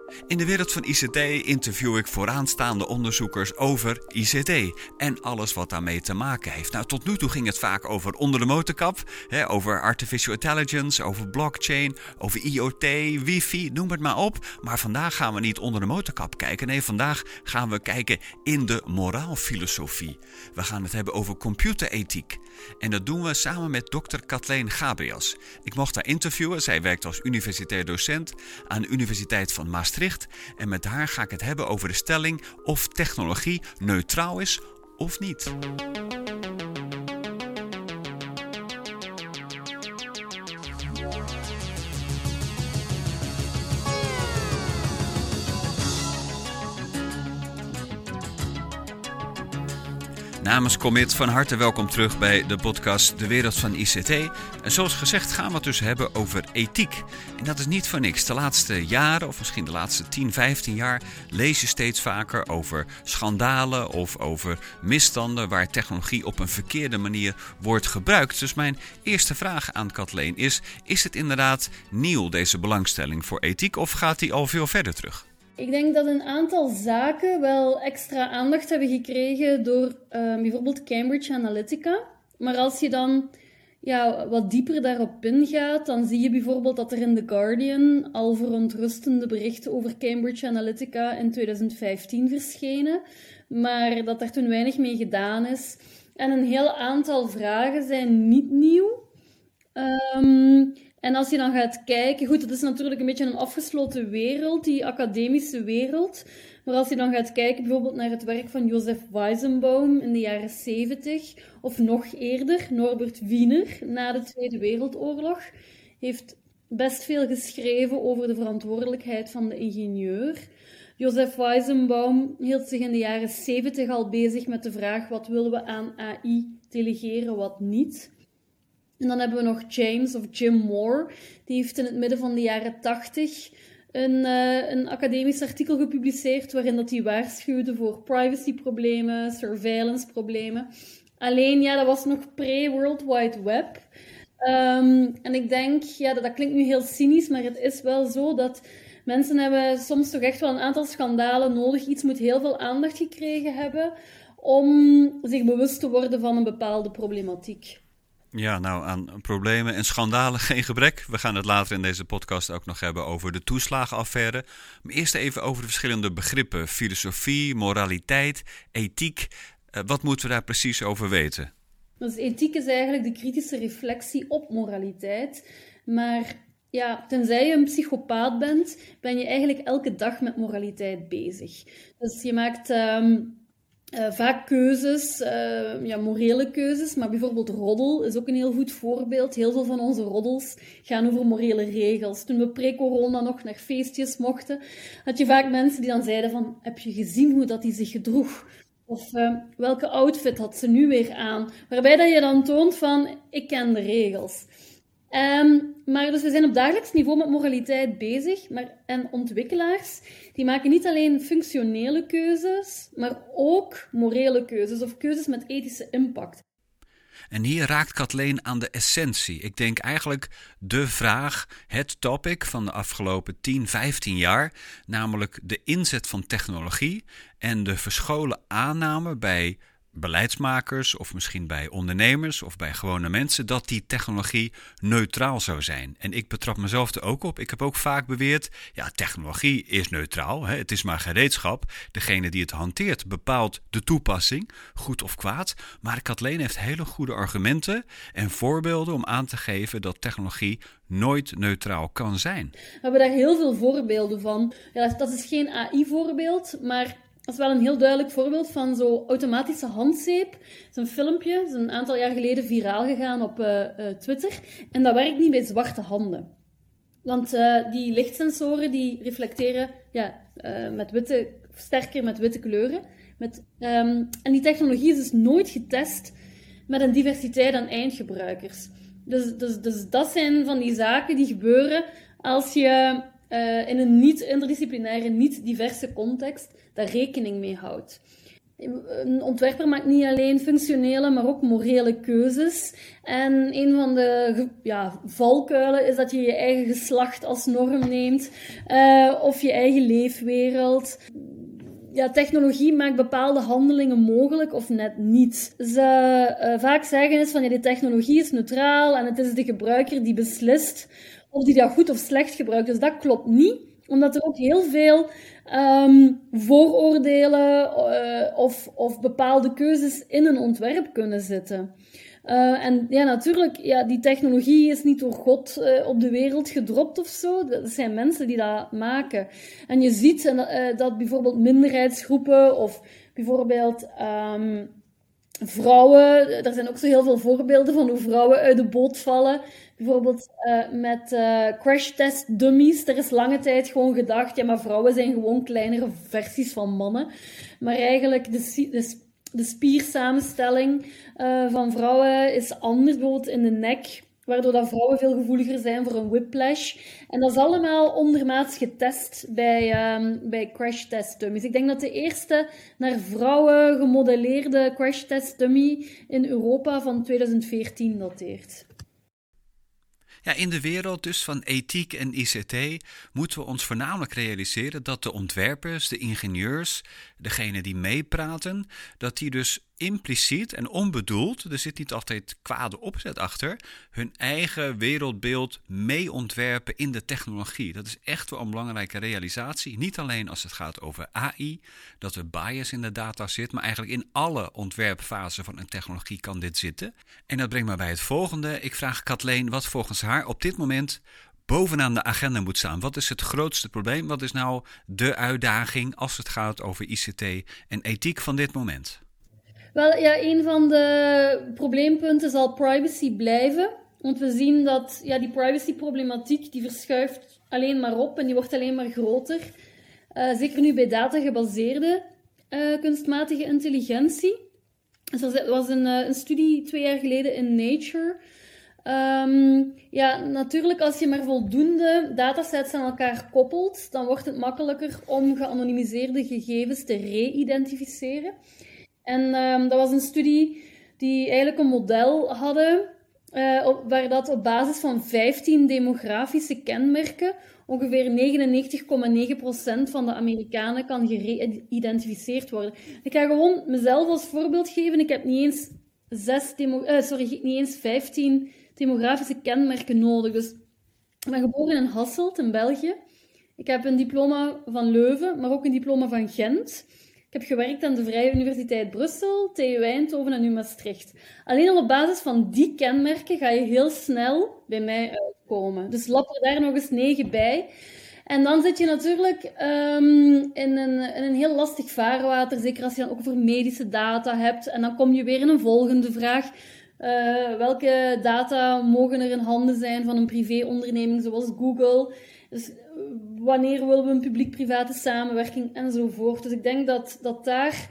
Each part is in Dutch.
In de wereld van ICT interview ik vooraanstaande onderzoekers over ICT en alles wat daarmee te maken heeft. Nou, tot nu toe ging het vaak over onder de motorkap, over artificial intelligence, over blockchain, over IoT, wifi, noem het maar op. Maar vandaag gaan we niet onder de motorkap kijken. Nee, vandaag gaan we kijken in de moraalfilosofie. We gaan het hebben over computerethiek. En dat doen we samen met Dr. Kathleen Gabriels. Ik mocht haar interviewen. Zij werkt als universitair docent aan de Universiteit van Maastricht. En met haar ga ik het hebben over de stelling of technologie neutraal is of niet. Namens Commit van harte welkom terug bij de podcast De Wereld van ICT. En zoals gezegd gaan we het dus hebben over ethiek. En dat is niet voor niks. De laatste jaren, of misschien de laatste 10, 15 jaar, lees je steeds vaker over schandalen of over misstanden waar technologie op een verkeerde manier wordt gebruikt. Dus mijn eerste vraag aan Kathleen is het inderdaad nieuw, deze belangstelling voor ethiek, of gaat die al veel verder terug? Ik denk dat een aantal zaken wel extra aandacht hebben gekregen door bijvoorbeeld Cambridge Analytica. Maar als je dan wat dieper daarop ingaat, dan zie je bijvoorbeeld dat er in The Guardian al verontrustende berichten over Cambridge Analytica in 2015 verschenen. Maar dat daar toen weinig mee gedaan is. En een heel aantal vragen zijn niet nieuw. En als je dan gaat kijken, goed, het is natuurlijk een beetje een afgesloten wereld, die academische wereld. Maar als je dan gaat kijken bijvoorbeeld naar het werk van Joseph Weizenbaum in de jaren 70, of nog eerder, Norbert Wiener, na de Tweede Wereldoorlog, heeft best veel geschreven over de verantwoordelijkheid van de ingenieur. Joseph Weizenbaum hield zich in de jaren 70 al bezig met de vraag, wat willen we aan AI delegeren, wat niet. En dan hebben we nog Jim Moore. Die heeft in het midden van de jaren 80 een academisch artikel gepubliceerd waarin dat hij waarschuwde voor privacyproblemen, surveillance-problemen. Alleen, dat was nog pre-World Wide Web. En ik denk, dat klinkt nu heel cynisch, maar het is wel zo dat mensen hebben soms toch echt wel een aantal schandalen nodig. Iets moet heel veel aandacht gekregen hebben om zich bewust te worden van een bepaalde problematiek. Ja, nou, aan problemen en schandalen geen gebrek. We gaan het later in deze podcast ook nog hebben over de toeslagenaffaire. Maar eerst even over de verschillende begrippen. Filosofie, moraliteit, ethiek. Wat moeten we daar precies over weten? Dus ethiek is eigenlijk de kritische reflectie op moraliteit. Maar tenzij je een psychopaat bent, ben je eigenlijk elke dag met moraliteit bezig. Dus je maakt vaak keuzes, morele keuzes, maar bijvoorbeeld roddel is ook een heel goed voorbeeld. Heel veel van onze roddels gaan over morele regels. Toen we pre-corona nog naar feestjes mochten, had je vaak mensen die dan zeiden van, heb je gezien hoe dat die zich gedroeg? Of welke outfit had ze nu weer aan? Waarbij dat je dan toont van, ik ken de regels. Maar dus we zijn op dagelijks niveau met moraliteit bezig. En ontwikkelaars die maken niet alleen functionele keuzes, maar ook morele keuzes of keuzes met ethische impact. En hier raakt Kathleen aan de essentie. Ik denk eigenlijk de vraag, het topic van de afgelopen 10, 15 jaar, namelijk de inzet van technologie en de verscholen aanname bij beleidsmakers of misschien bij ondernemers of bij gewone mensen dat die technologie neutraal zou zijn. En ik betrap mezelf er ook op. Ik heb ook vaak beweerd, technologie is neutraal. Het is maar gereedschap. Degene die het hanteert bepaalt de toepassing, goed of kwaad. Maar Kathleen heeft hele goede argumenten en voorbeelden om aan te geven dat technologie nooit neutraal kan zijn. We hebben daar heel veel voorbeelden van. Dat is geen AI-voorbeeld, maar dat is wel een heel duidelijk voorbeeld van zo'n automatische handzeep. Het is een filmpje, dat is een aantal jaar geleden viraal gegaan op Twitter. En dat werkt niet bij zwarte handen. Want die lichtsensoren die reflecteren sterker met witte kleuren. En die technologie is dus nooit getest met een diversiteit aan eindgebruikers. Dus dat zijn van die zaken die gebeuren als je in een niet-interdisciplinaire, niet-diverse context daar rekening mee houdt. een ontwerper maakt niet alleen functionele, maar ook morele keuzes. En een van de valkuilen is dat je je eigen geslacht als norm neemt, of je eigen leefwereld. Ja, technologie maakt bepaalde handelingen mogelijk of net niet. Vaak zeggen is van die technologie is neutraal en het is de gebruiker die beslist of die dat goed of slecht gebruikt. Dus dat klopt niet, omdat er ook heel veel vooroordelen of bepaalde keuzes in een ontwerp kunnen zitten. En ja, natuurlijk, die technologie is niet door God op de wereld gedropt of zo. Dat zijn mensen die dat maken. En je ziet dat bijvoorbeeld minderheidsgroepen of bijvoorbeeld vrouwen, er zijn ook zo heel veel voorbeelden van hoe vrouwen uit de boot vallen. Bijvoorbeeld met crash test dummies. Er is lange tijd gewoon gedacht, ja, maar vrouwen zijn gewoon kleinere versies van mannen. Maar eigenlijk de spiersamenstelling van vrouwen is anders, bijvoorbeeld in de nek, waardoor dat vrouwen veel gevoeliger zijn voor een whiplash. En dat is allemaal ondermaats getest bij crash test dummies. Ik denk dat de eerste naar vrouwen gemodelleerde crash test dummy in Europa van 2014 dateert. Ja, in de wereld dus van ethiek en ICT moeten we ons voornamelijk realiseren dat de ontwerpers, de ingenieurs, degenen die meepraten, dat die dus impliciet en onbedoeld, er zit niet altijd kwade opzet achter, hun eigen wereldbeeld mee ontwerpen in de technologie. Dat is echt wel een belangrijke realisatie. Niet alleen als het gaat over AI, dat er bias in de data zit, maar eigenlijk in alle ontwerpfasen van een technologie kan dit zitten. En dat brengt me bij het volgende. Ik vraag Kathleen wat volgens haar op dit moment bovenaan de agenda moet staan. Wat is het grootste probleem? Wat is nou de uitdaging als het gaat over ICT en ethiek van dit moment? Wel, ja, een van de probleempunten zal privacy blijven. Want we zien dat die privacyproblematiek die verschuift alleen maar op en die wordt alleen maar groter. Zeker nu bij data-gebaseerde kunstmatige intelligentie. Dus er was een studie 2 jaar geleden in Nature. Natuurlijk als je maar voldoende datasets aan elkaar koppelt, dan wordt het makkelijker om geanonimiseerde gegevens te re-identificeren. En dat was een studie die eigenlijk een model hadden, waar dat op basis van 15 demografische kenmerken ongeveer 99,9% van de Amerikanen kan geïdentificeerd worden. Ik ga gewoon mezelf als voorbeeld geven. Ik heb niet eens 15 demografische kenmerken nodig. Dus ik ben geboren in Hasselt in België. Ik heb een diploma van Leuven, maar ook een diploma van Gent. Ik heb gewerkt aan de Vrije Universiteit Brussel, TU Eindhoven en nu Maastricht. Alleen al op basis van die kenmerken ga je heel snel bij mij uitkomen. Dus lap er daar nog eens 9 bij. En dan zit je natuurlijk in een heel lastig vaarwater, zeker als je dan ook voor medische data hebt. En dan kom je weer in een volgende vraag. Welke data mogen er in handen zijn van een privéonderneming zoals Google? Dus wanneer willen we een publiek-private samenwerking enzovoort. Dus ik denk dat daar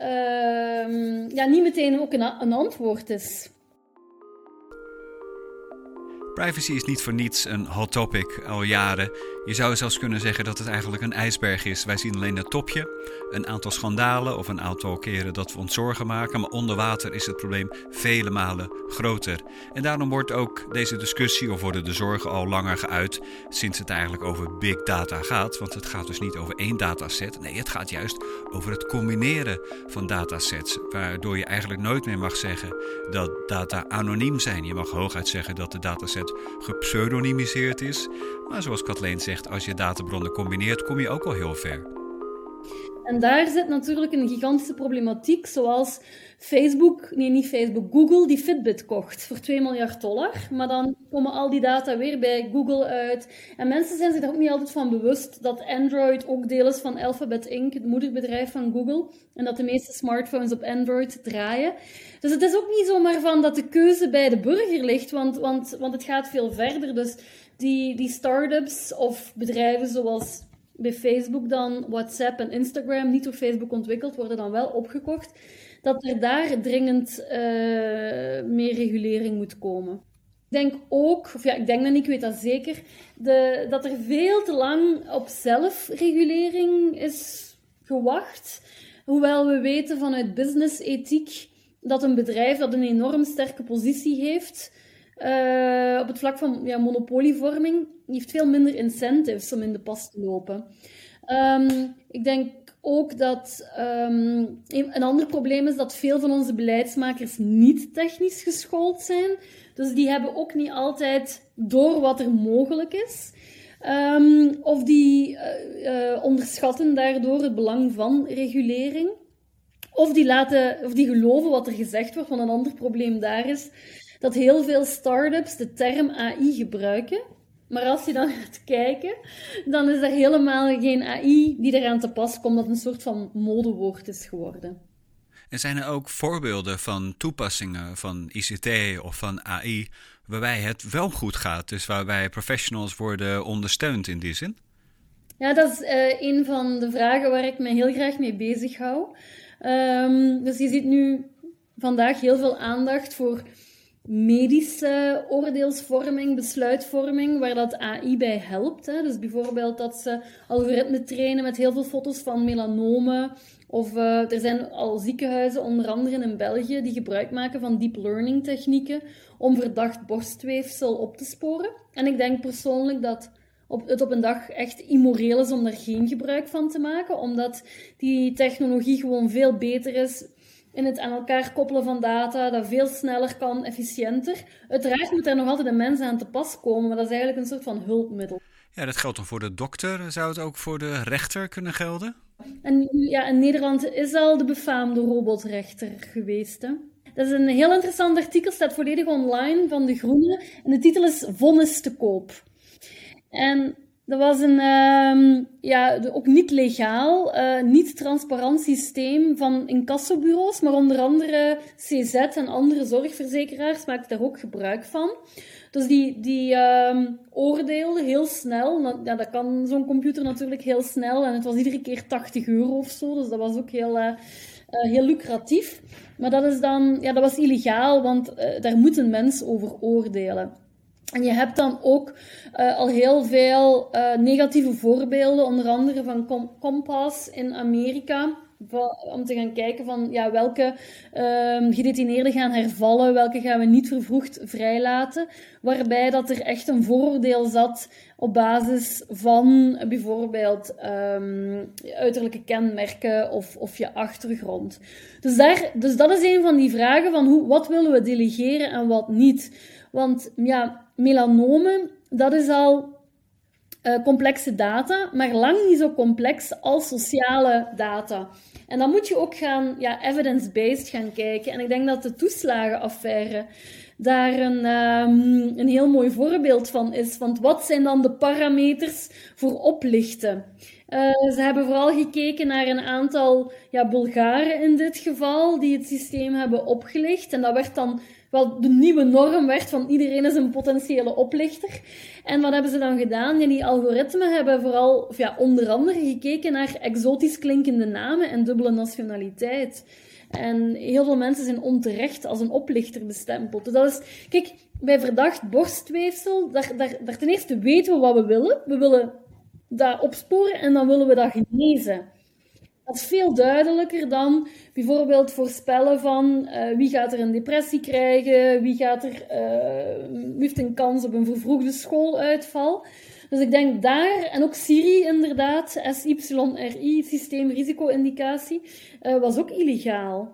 niet meteen ook een antwoord is. Privacy is niet voor niets een hot topic al jaren. Je zou zelfs kunnen zeggen dat het eigenlijk een ijsberg is. Wij zien alleen het topje, een aantal schandalen of een aantal keren dat we ons zorgen maken. Maar onder water is het probleem vele malen groter. En daarom wordt ook deze discussie of worden de zorgen al langer geuit sinds het eigenlijk over big data gaat. Want het gaat dus niet over één dataset. Nee, het gaat juist over het combineren van datasets. Waardoor je eigenlijk nooit meer mag zeggen dat data anoniem zijn. Je mag hooguit zeggen dat de dataset gepseudonymiseerd is. Maar zoals Kathleen zegt, als je databronnen combineert, kom je ook al heel ver. En daar zit natuurlijk een gigantische problematiek, zoals Google die Fitbit kocht voor $2 miljard. Maar dan komen al die data weer bij Google uit. En mensen zijn zich er ook niet altijd van bewust dat Android ook deel is van Alphabet Inc., het moederbedrijf van Google. En dat de meeste smartphones op Android draaien. Dus het is ook niet zomaar van dat de keuze bij de burger ligt, want het gaat veel verder. Dus die start-ups of bedrijven zoals bij Facebook dan WhatsApp en Instagram, niet door Facebook ontwikkeld, worden dan wel opgekocht, dat er daar dringend meer regulering moet komen. Ik denk ook, ik weet dat zeker, dat er veel te lang op zelfregulering is gewacht. Hoewel we weten vanuit business-ethiek dat een bedrijf dat een enorm sterke positie heeft op het vlak van monopolievorming, heeft veel minder incentives om in de pas te lopen. Ik denk ook dat een ander probleem is dat veel van onze beleidsmakers niet technisch geschoold zijn. Dus die hebben ook niet altijd door wat er mogelijk is. Of die onderschatten daardoor het belang van regulering. Of die geloven wat er gezegd wordt, want een ander probleem daar is dat heel veel start-ups de term AI gebruiken. Maar als je dan gaat kijken, dan is er helemaal geen AI die eraan te pas komt, dat een soort van modewoord is geworden. En zijn er ook voorbeelden van toepassingen van ICT of van AI waarbij het wel goed gaat, dus waarbij professionals worden ondersteund in die zin? Ja, dat is een van de vragen waar ik me heel graag mee bezig hou. Dus je ziet nu vandaag heel veel aandacht voor medische oordeelsvorming, besluitvorming, waar dat AI bij helpt. Hè. Dus bijvoorbeeld dat ze algoritmen trainen met heel veel foto's van melanomen. Of er zijn al ziekenhuizen, onder andere in België, die gebruik maken van deep learning technieken om verdacht borstweefsel op te sporen. En ik denk persoonlijk dat het op een dag echt immoreel is om daar geen gebruik van te maken, omdat die technologie gewoon veel beter is in het aan elkaar koppelen van data, dat veel sneller kan, efficiënter. Uiteraard moet er nog altijd een mens aan te pas komen, maar dat is eigenlijk een soort van hulpmiddel. Ja, dat geldt dan voor de dokter. Zou het ook voor de rechter kunnen gelden? En ja, in Nederland is al de befaamde robotrechter geweest. Hè? Dat is een heel interessant artikel, staat volledig online van De Groene. En de titel is Vonnis te koop. En dat was ook niet legaal, niet transparant systeem van incassobureaus, maar onder andere CZ en andere zorgverzekeraars maakten daar ook gebruik van. Dus die oordeelden heel snel. Dat kan zo'n computer natuurlijk heel snel. En het was iedere keer €80 of zo. Dus dat was ook heel lucratief. Maar dat was illegaal, want daar moet een mens over oordelen. En je hebt dan ook al heel veel negatieve voorbeelden, onder andere van Compass in Amerika, om te gaan kijken van welke gedetineerden gaan hervallen, welke gaan we niet vervroegd vrijlaten, waarbij dat er echt een vooroordeel zat op basis van bijvoorbeeld uiterlijke kenmerken of je achtergrond. Dus dat is een van die vragen van wat willen we delegeren en wat niet. Want melanomen, dat is al complexe data, maar lang niet zo complex als sociale data. En dan moet je ook gaan evidence-based gaan kijken. En ik denk dat de toeslagenaffaire daar een heel mooi voorbeeld van is. Want wat zijn dan de parameters voor oplichten? Ze hebben vooral gekeken naar een aantal Bulgaren in dit geval, die het systeem hebben opgelicht. En dat werd dan wel de nieuwe norm werd van iedereen is een potentiële oplichter. En wat hebben ze dan gedaan? Die algoritmen hebben vooral, onder andere gekeken naar exotisch klinkende namen en dubbele nationaliteit. En heel veel mensen zijn onterecht als een oplichter bestempeld. Dus dat is, kijk, bij verdacht borstweefsel, daar ten eerste weten we wat we willen. We willen dat opsporen en dan willen we dat genezen. Dat is veel duidelijker dan bijvoorbeeld voorspellen van wie gaat er een depressie krijgen, wie heeft een kans op een vervroegde schooluitval. Dus ik denk daar, en ook SIRI inderdaad, SYRI, systeemrisico-indicatie, was ook illegaal.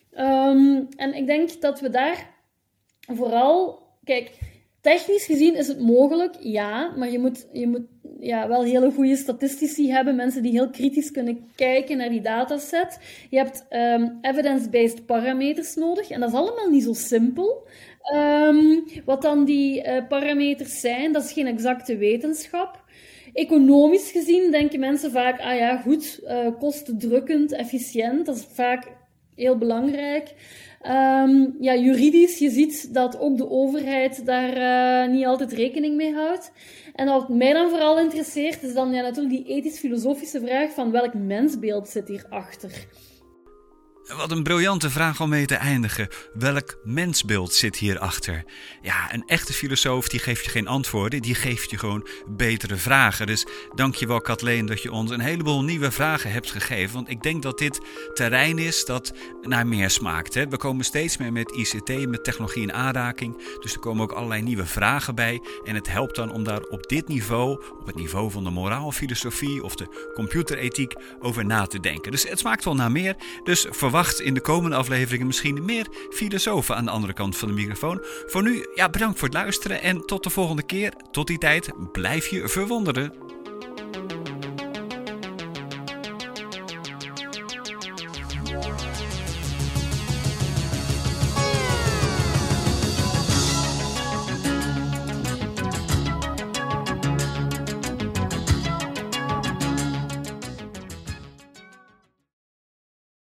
En ik denk dat we daar vooral, kijk, technisch gezien is het mogelijk, ja, maar je moet wel hele goede statistici hebben, mensen die heel kritisch kunnen kijken naar die dataset. Je hebt evidence-based parameters nodig en dat is allemaal niet zo simpel. Wat dan die parameters zijn, dat is geen exacte wetenschap. Economisch gezien denken mensen vaak, kostendrukkend, efficiënt, dat is vaak heel belangrijk. Juridisch, je ziet dat ook de overheid daar niet altijd rekening mee houdt. En wat mij dan vooral interesseert, is dan natuurlijk die ethisch-filosofische vraag van welk mensbeeld zit hierachter. Wat een briljante vraag om mee te eindigen. Welk mensbeeld zit hierachter? Ja, een echte filosoof die geeft je geen antwoorden, die geeft je gewoon betere vragen. Dus dankjewel Kathleen dat je ons een heleboel nieuwe vragen hebt gegeven. Want ik denk dat dit terrein is dat naar meer smaakt. Hè? We komen steeds meer met ICT, met technologie in aanraking. Dus er komen ook allerlei nieuwe vragen bij. En het helpt dan om daar op dit niveau, op het niveau van de moraalfilosofie of de computerethiek, over na te denken. Dus het smaakt wel naar meer. Dus verwacht in de komende afleveringen misschien meer filosofen aan de andere kant van de microfoon. Voor nu, bedankt voor het luisteren en tot de volgende keer. Tot die tijd, blijf je verwonderen.